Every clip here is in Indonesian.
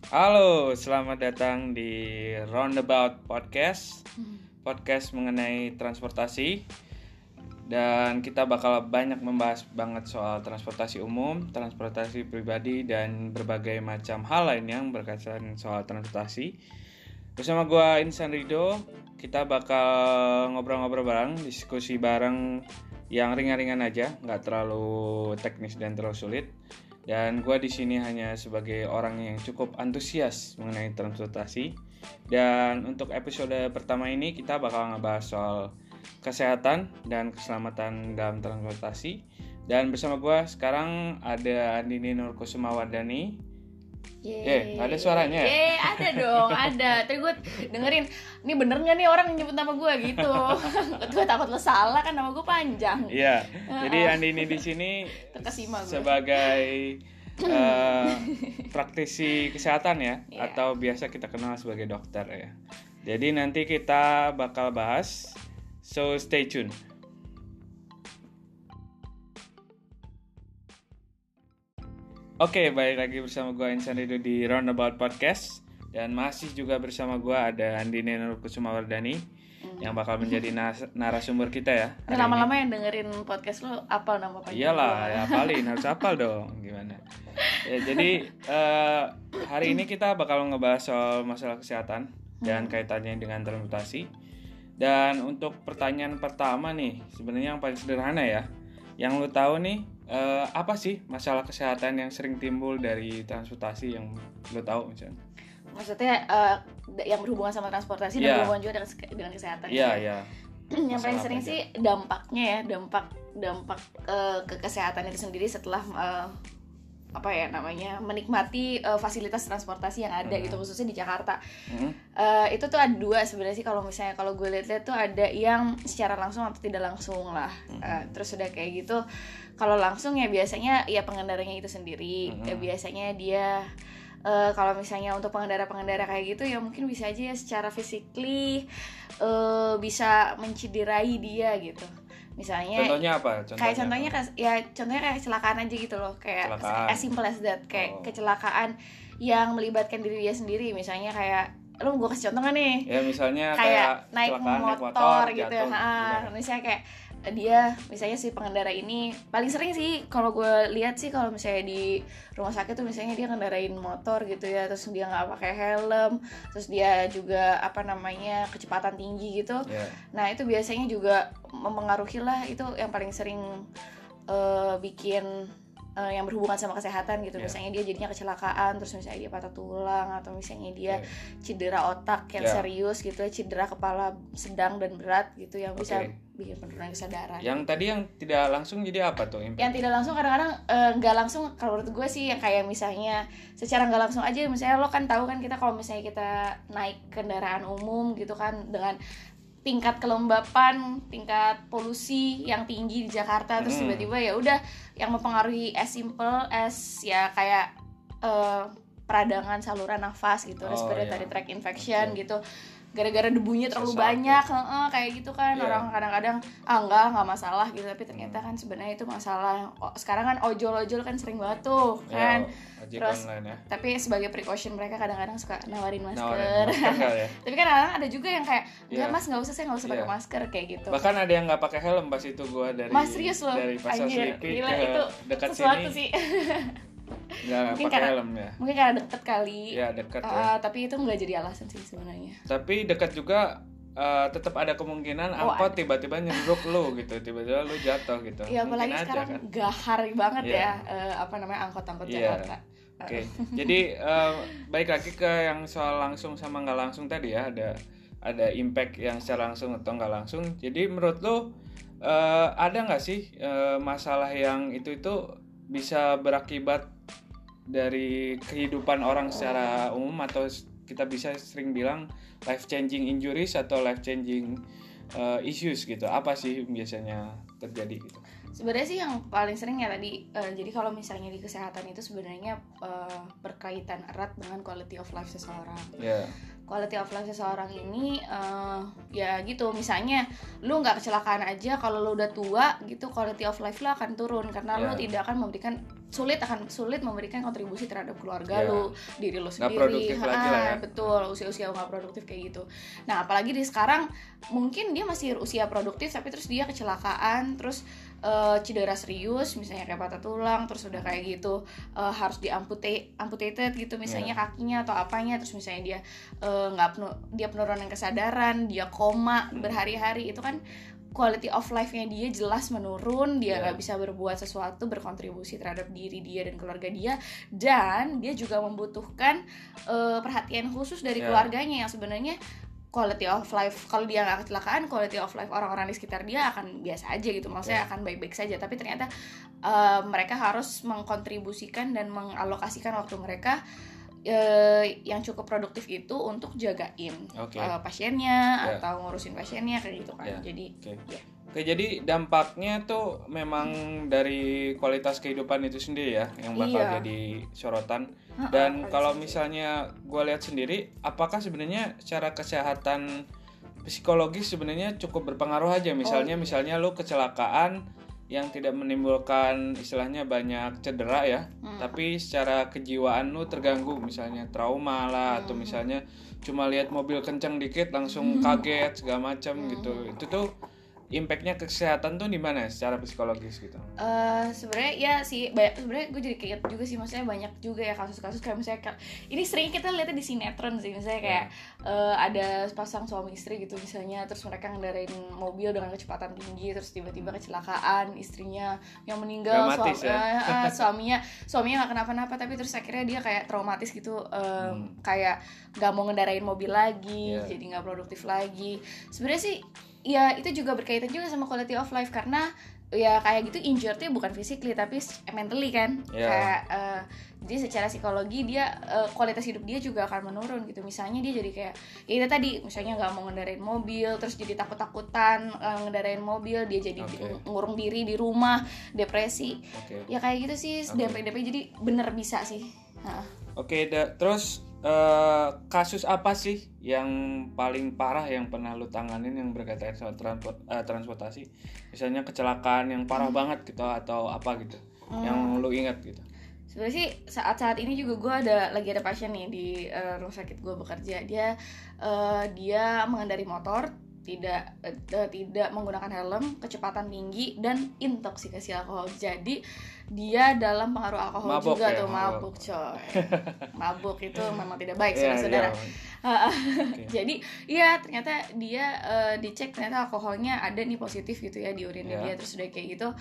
Halo, selamat datang di Roundabout Podcast mengenai transportasi. Dan kita bakal banyak membahas banget soal transportasi umum, transportasi pribadi, dan berbagai macam hal lain yang berkaitan soal transportasi. Bersama gue Insan Rido, kita bakal ngobrol-ngobrol bareng, diskusi bareng yang ringan-ringan aja, nggak terlalu teknis dan terlalu sulit. Dan gue di sini hanya sebagai orang yang cukup antusias mengenai transportasi. Dan untuk episode pertama ini kita bakal ngebahas soal kesehatan dan keselamatan dalam transportasi. Dan bersama gue sekarang ada Andini Nurkusumawardani. Ada suaranya ya? Ada dong, ada. Tadi gue dengerin, ini bener nggak nih orang nyebut nama gue gitu. Gue takut lo salah kan nama gue panjang. Iya. Jadi Andini di sini sebagai praktisi kesehatan ya, atau biasa kita kenal sebagai dokter ya. Jadi nanti kita bakal bahas, so stay tune. Oke, balik lagi bersama gue Insan Rido di Roundabout Podcast. Dan masih juga bersama gue ada Andini Nurkusumawardani yang bakal menjadi narasumber kita ya. Lama-lama yang dengerin podcast lo apal nama panjang. Iyalah, ya apalin, harus apal dong. Gimana? Ya, jadi hari ini kita bakal ngebahas soal masalah kesehatan dan kaitannya dengan transportasi. Dan untuk pertanyaan pertama nih, sebenarnya yang paling sederhana ya. Yang lo tahu nih, apa sih masalah kesehatan yang sering timbul dari transportasi yang lo tahu misalnya? Maksudnya yang berhubungan sama transportasi dan berhubungan juga dengan kesehatan. Iya. Yang paling sering sih dampaknya ya, dampak ke kesehatan itu sendiri setelah menikmati fasilitas transportasi yang ada gitu, khususnya di Jakarta. Itu tuh ada dua sebenarnya sih, kalau gue lihat tuh ada yang secara langsung atau tidak langsung lah. Terus udah kayak gitu, kalau langsung ya biasanya ya pengendaranya itu sendiri. Ya biasanya dia kalau misalnya untuk pengendara kayak gitu ya mungkin bisa aja ya secara physically bisa menciderai dia gitu. Misalnya contohnya apa? Contohnya kayak kecelakaan aja gitu loh, kayak as simple as that, kayak kecelakaan yang melibatkan diri dia sendiri. Misalnya kayak lu gue kasih contoh gak nih? Ya misalnya kayak naik motor gitu jatuh, ya. Misalnya kayak dia, misalnya si pengendara ini paling sering sih kalau gue lihat sih, kalau misalnya di rumah sakit tuh misalnya dia ngendarain motor gitu ya, terus dia nggak pakai helm, terus dia juga kecepatan tinggi gitu. Nah itu biasanya juga mempengaruhi lah, itu yang paling sering bikin yang berhubungan sama kesehatan gitu. Misalnya dia jadinya kecelakaan, terus misalnya dia patah tulang, atau misalnya dia cedera otak yang serius gitu, cedera kepala sedang dan berat gitu, yang bisa bikin penurunan kesadaran. Yang tadi yang tidak langsung jadi apa tuh impact? Yang tidak langsung kadang-kadang nggak langsung, kalau menurut gue sih yang kayak misalnya secara nggak langsung aja, misalnya lo kan tahu kan, kita kalau misalnya kita naik kendaraan umum gitu kan, dengan tingkat kelembapan, tingkat polusi yang tinggi di Jakarta, terus tiba-tiba ya udah yang mempengaruhi as simple as ya kayak peradangan saluran nafas gitu, respiratory tract infection gitu, gara-gara debunya terlalu banyak, kayak gitu kan. Orang kadang-kadang nggak masalah gitu, tapi ternyata kan sebenarnya itu masalah. Sekarang kan ojol kan sering banget tuh kan. Terus online, ya. Tapi sebagai precaution mereka kadang-kadang suka nawarin masker. Ya. Tapi kan kadang ada juga yang kayak mas nggak usah, saya nggak usah pakai masker kayak gitu. Bahkan ada yang nggak pakai helm pas itu gue dari Pasar Selipi ke dekat sini. Nggak pakai helm ya. Mungkin karena dekat kali. Iya dekat ya. Tapi itu nggak jadi alasan sih sebenarnya. Tapi dekat juga tetap ada kemungkinan angkot tiba-tiba nyeruduk lu gitu, tiba-tiba lu jatuh gitu. Iya, apalagi sekarang kan gahar banget ya angkot-angkot Jakarta. Oke. Jadi balik lagi ke yang soal langsung sama nggak langsung tadi ya, ada impact yang secara langsung atau nggak langsung. Jadi menurut lu ada nggak sih masalah yang itu bisa berakibat dari kehidupan orang secara umum, atau kita bisa sering bilang life changing injuries atau life changing issues gitu? Apa sih biasanya terjadi gitu? Sebenarnya sih yang paling sering ya tadi, jadi kalau misalnya di kesehatan itu sebenarnya berkaitan erat dengan quality of life seseorang. Quality of life seseorang ini ya gitu, misalnya lu nggak kecelakaan aja, kalau lu udah tua gitu quality of life lu akan turun karena lu tidak akan memberikan akan sulit memberikan kontribusi terhadap keluarga lu, diri lu Nggak sendiri. produktif lagi lah ya. Betul, usia-usia nggak produktif kayak gitu. Nah, apalagi di sekarang mungkin dia masih usia produktif tapi terus dia kecelakaan, terus cedera serius misalnya kayak patah tulang, terus udah kayak gitu harus amputated gitu misalnya kakinya atau apanya, terus misalnya dia dia penurunan kesadaran, dia koma berhari-hari, itu kan quality of life-nya dia jelas menurun, dia nggak bisa berbuat sesuatu, berkontribusi terhadap diri dia dan keluarga dia, dan dia juga membutuhkan perhatian khusus dari keluarganya yang sebenarnya quality of life, kalau dia nggak kecelakaan, quality of life orang-orang di sekitar dia akan biasa aja gitu, maksudnya akan baik-baik saja, tapi ternyata mereka harus mengkontribusikan dan mengalokasikan waktu mereka yang cukup produktif itu untuk jagain pasiennya atau ngurusin pasiennya kayak gitu kan. Jadi Oke, jadi dampaknya tuh memang dari kualitas kehidupan itu sendiri ya yang bakal jadi sorotan. Dan kalau misalnya gue lihat sendiri, apakah sebenarnya secara kesehatan psikologis sebenarnya cukup berpengaruh aja, misalnya lu kecelakaan yang tidak menimbulkan istilahnya banyak cedera ya, tapi secara kejiwaan lu terganggu, misalnya trauma lah, atau misalnya cuma lihat mobil kencang dikit langsung kaget segala macam gitu. Itu tuh impact-nya ke kesehatan tuh di mana secara psikologis gitu? Sebenarnya ya sih, sebenarnya gue jadi keinget juga sih, maksudnya banyak juga ya kasus-kasus kayak misalnya ini sering kita lihatnya di sinetron sih, misalnya kayak ada pasang suami istri gitu misalnya, terus mereka ngendarain mobil dengan kecepatan tinggi, terus tiba-tiba kecelakaan, istrinya yang meninggal, suaminya nggak kenapa-napa, tapi terus akhirnya dia kayak traumatis gitu, kayak nggak mau ngendarain mobil lagi, jadi nggak produktif lagi. Sebenarnya sih ya itu juga berkaitan juga sama quality of life, karena ya kayak gitu injurednya bukan physically tapi mentally kan, kayak jadi secara psikologi dia kualitas hidup dia juga akan menurun gitu. Misalnya dia jadi kayak ya itu tadi, misalnya nggak mau ngendarain mobil, terus jadi takut-takutan ngendarain mobil, dia jadi ngurung diri di rumah, depresi, ya kayak gitu sih, DP jadi bener bisa sih. Terus kasus apa sih yang paling parah yang pernah lu tanganin yang berkaitan sama transportasi? Misalnya kecelakaan yang parah banget gitu atau apa gitu yang lu ingat gitu? Sebenarnya sih saat ini juga gue lagi ada pasien nih di rumah sakit gue bekerja. Dia mengendari motor, tidak menggunakan helm, kecepatan tinggi, dan intoksikasi alkohol. Jadi dia dalam pengaruh alkohol mabuk juga tuh, mabuk coy. Mabuk itu memang tidak baik saudara-saudara. Jadi ya ternyata dia dicek, ternyata alkoholnya ada nih positif gitu ya di urinnya dia, terus udah kayak gitu.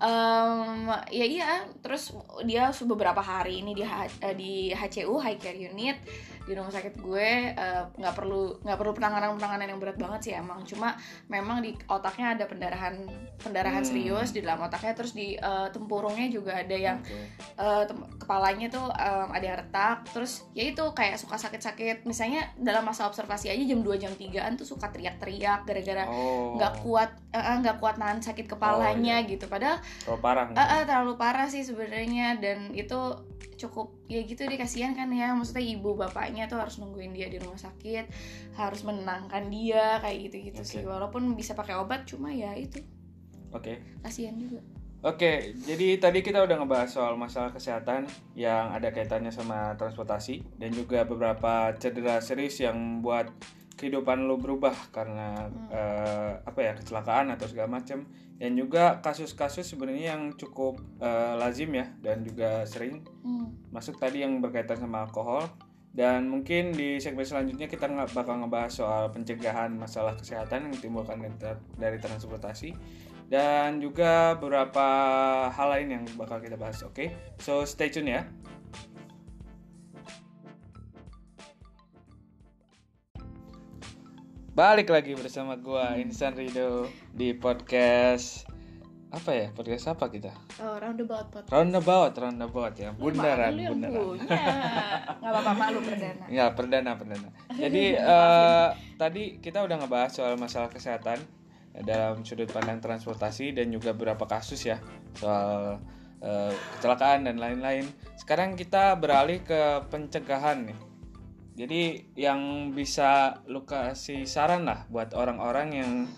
Terus dia beberapa hari ini di HCU, High Care Unit, di rumah sakit gue. Nggak perlu penanganan yang berat banget sih emang, cuma memang di otaknya ada pendarahan serius di dalam otaknya, terus di tempurungnya juga ada yang kepalanya tuh ada yang retak, terus ya itu kayak suka sakit-sakit, misalnya dalam masa observasi aja jam 2 jam 3-an tuh suka teriak-teriak gara-gara nggak kuat nahan sakit kepalanya gitu, padahal terlalu parah sih sebenarnya. Dan itu cukup ya gitu deh, kasihan kan ya, maksudnya ibu bapaknya tuh harus nungguin dia di rumah sakit, harus menenangkan dia kayak gitu sih, walaupun bisa pakai obat, cuma ya itu kasihan juga. Jadi tadi kita udah ngebahas soal masalah kesehatan yang ada kaitannya sama transportasi, dan juga beberapa cedera serius yang membuat kehidupan lo berubah karena kecelakaan atau segala macam, dan juga kasus-kasus sebenarnya yang cukup lazim ya dan juga sering masuk tadi yang berkaitan sama alkohol. Dan mungkin di segmen selanjutnya kita bakal ngebahas soal pencegahan masalah kesehatan yang ditimbulkan dari transportasi, dan juga beberapa hal lain yang bakal kita bahas. So stay tune ya. Balik lagi bersama gua Insan Rido di podcast podcast apa kita? Roundabout podcast. Roundabout ya, bundaran. Nggak apa-apa, malu perdana. Ya, perdana. Jadi tadi kita udah ngebahas soal masalah kesehatan dalam sudut pandang transportasi, dan juga beberapa kasus ya soal kecelakaan dan lain-lain. Sekarang kita beralih ke pencegahan nih. Jadi yang bisa lu kasih saran lah buat orang-orang yang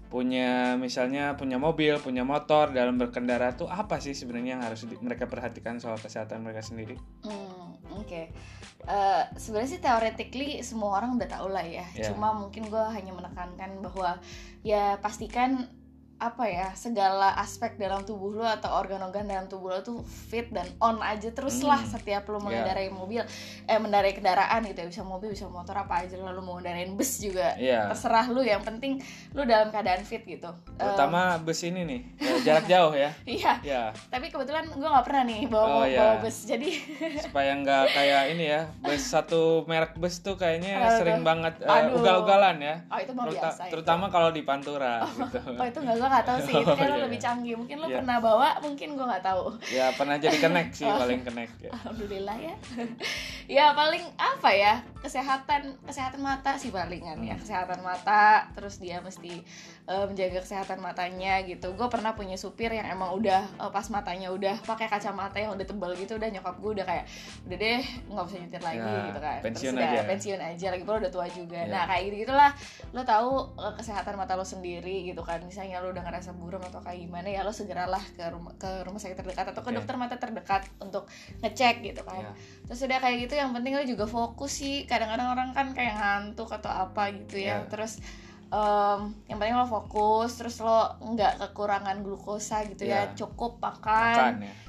misalnya punya mobil, punya motor, dalam berkendara tuh apa sih sebenarnya yang harus mereka perhatikan soal kesehatan mereka sendiri? Oke. Sebenarnya sih theoretically semua orang udah tahu lah ya. Cuma mungkin gue hanya menekankan bahwa ya pastikan segala aspek dalam tubuh lo atau organ-organ dalam tubuh lo tuh fit dan on aja terus lah setiap lo mengendarai mengendarai kendaraan gitu ya, bisa mobil, bisa motor, apa aja lalu mau ngendarain bus juga terserah lo, yang penting lo dalam keadaan fit gitu. Terutama bus ini nih jarak jauh ya. Iya. Tapi kebetulan gue nggak pernah nih bawa bus, jadi supaya nggak kayak ini ya, bus satu merek bus tuh kayaknya sering banget ugal-ugalan ya. Itu mah biasa. Terutama kalau di Pantura gitu. Itu gue nggak tahu sih, itu kan lo lebih canggih, mungkin lo pernah bawa, mungkin gue nggak tahu. Ya pernah jadi connect sih, paling connect ya. Alhamdulillah ya. Ya paling kesehatan mata sih palingan ya, kesehatan mata, terus dia mesti menjaga kesehatan matanya gitu. Gue pernah punya supir yang emang udah pas matanya udah pakai kacamata yang udah tebal gitu, udah nyokap gue udah kayak udah deh nggak usah nyetir lagi gitu kan, pensiun aja lagi, lo udah tua juga. Nah kayak gitulah, lo tahu kesehatan mata lo sendiri gitu kan. Misalnya lo udah ngerasa buram atau kayak gimana ya, lo segeralah ke rumah sakit terdekat atau ke dokter mata terdekat untuk ngecek gitu kan. Terus udah kayak gitu, yang penting lo juga fokus sih. Kadang-kadang orang kan kayak ngantuk atau apa gitu ya. Terus yang penting lo fokus, terus lo nggak kekurangan glukosa gitu ya, cukup makan ya.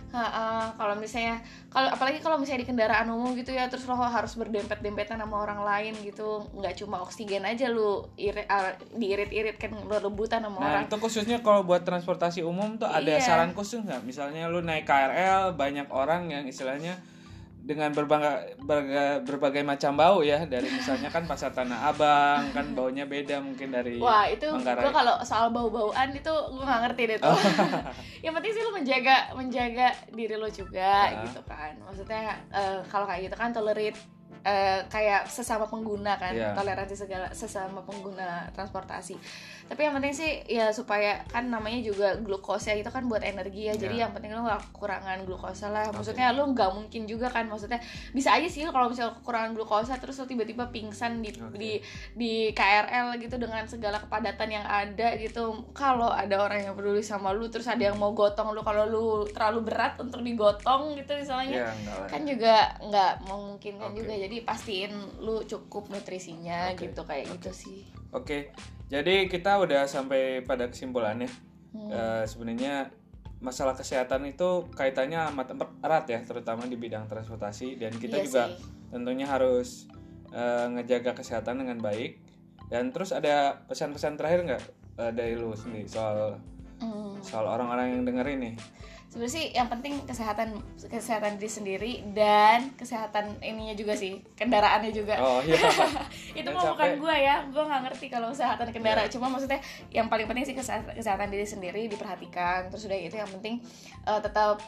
Apalagi kalau misalnya di kendaraan umum gitu ya, terus lo harus berdempet-dempetan sama orang lain gitu, nggak cuma oksigen aja lo diirit-irit kan, lo rebutan sama orang. Nah itu khususnya kalau buat transportasi umum tuh ada saran khusus nggak? Misalnya lo naik KRL, banyak orang yang istilahnya dengan berbagai macam bau ya, dari misalnya kan Pasar Tanah Abang kan baunya beda mungkin dari Manggarai. Gue kalau soal bau-bauan itu gue nggak ngerti deh tuh. Yang penting sih lo menjaga diri lo juga gitu kan. Maksudnya kalau kayak gitu kan tolerate kayak sesama pengguna kan, toleransi sesama pengguna transportasi. Tapi yang penting sih ya supaya kan namanya juga glukosa itu kan buat energi ya. Jadi yang penting lo gak kekurangan glukosa lah. Maksudnya lo gak mungkin juga kan, maksudnya bisa aja sih kalau misalnya kekurangan glukosa terus lo tiba-tiba pingsan di KRL gitu dengan segala kepadatan yang ada gitu. Kalau ada orang yang peduli sama lo, terus ada yang mau gotong lo kalau lo terlalu berat untuk digotong gitu misalnya, kan juga nggak memungkinkan juga. Jadi pastiin lu cukup nutrisinya gitu, kayak gitu sih. Jadi kita udah sampai pada kesimpulannya. Sebenarnya masalah kesehatan itu kaitannya amat erat ya, terutama di bidang transportasi, dan kita juga tentunya harus ngejaga kesehatan dengan baik. Dan terus ada pesan-pesan terakhir nggak dari lu sendiri soal orang-orang yang dengerin nih? Sebenarnya sih yang penting kesehatan diri sendiri dan kesehatan ininya juga sih, kendaraannya juga. Itu mah bukan gue ya, gue nggak ngerti kalau kesehatan kendaraan. Cuma maksudnya yang paling penting sih kesehatan diri sendiri diperhatikan. Terus udah itu yang penting tetap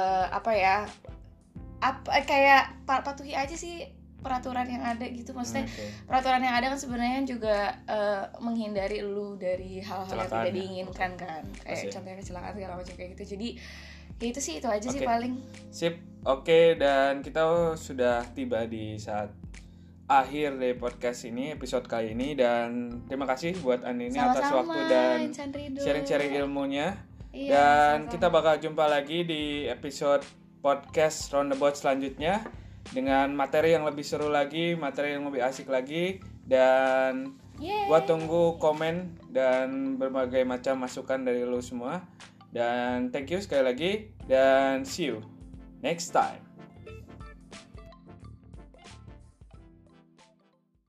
kayak patuhi aja sih peraturan yang ada gitu. Maksudnya peraturan yang ada kan sebenarnya juga menghindari lu dari hal-hal yang tidak diinginkan kan, kayak contohnya kecelakaan segala macam kayak gitu. Jadi ya itu aja sih paling. Sip. Dan kita sudah tiba di saat akhir dari podcast ini, episode kali ini, dan terima kasih buat Andini atas waktu dan sharing-sharing ilmunya. Dan kita bakal jumpa lagi di episode podcast Roundabout selanjutnya dengan materi yang lebih seru lagi, materi yang lebih asik lagi, dan gua tunggu komen dan berbagai macam masukan dari lu semua. Dan thank you sekali lagi, dan see you next time.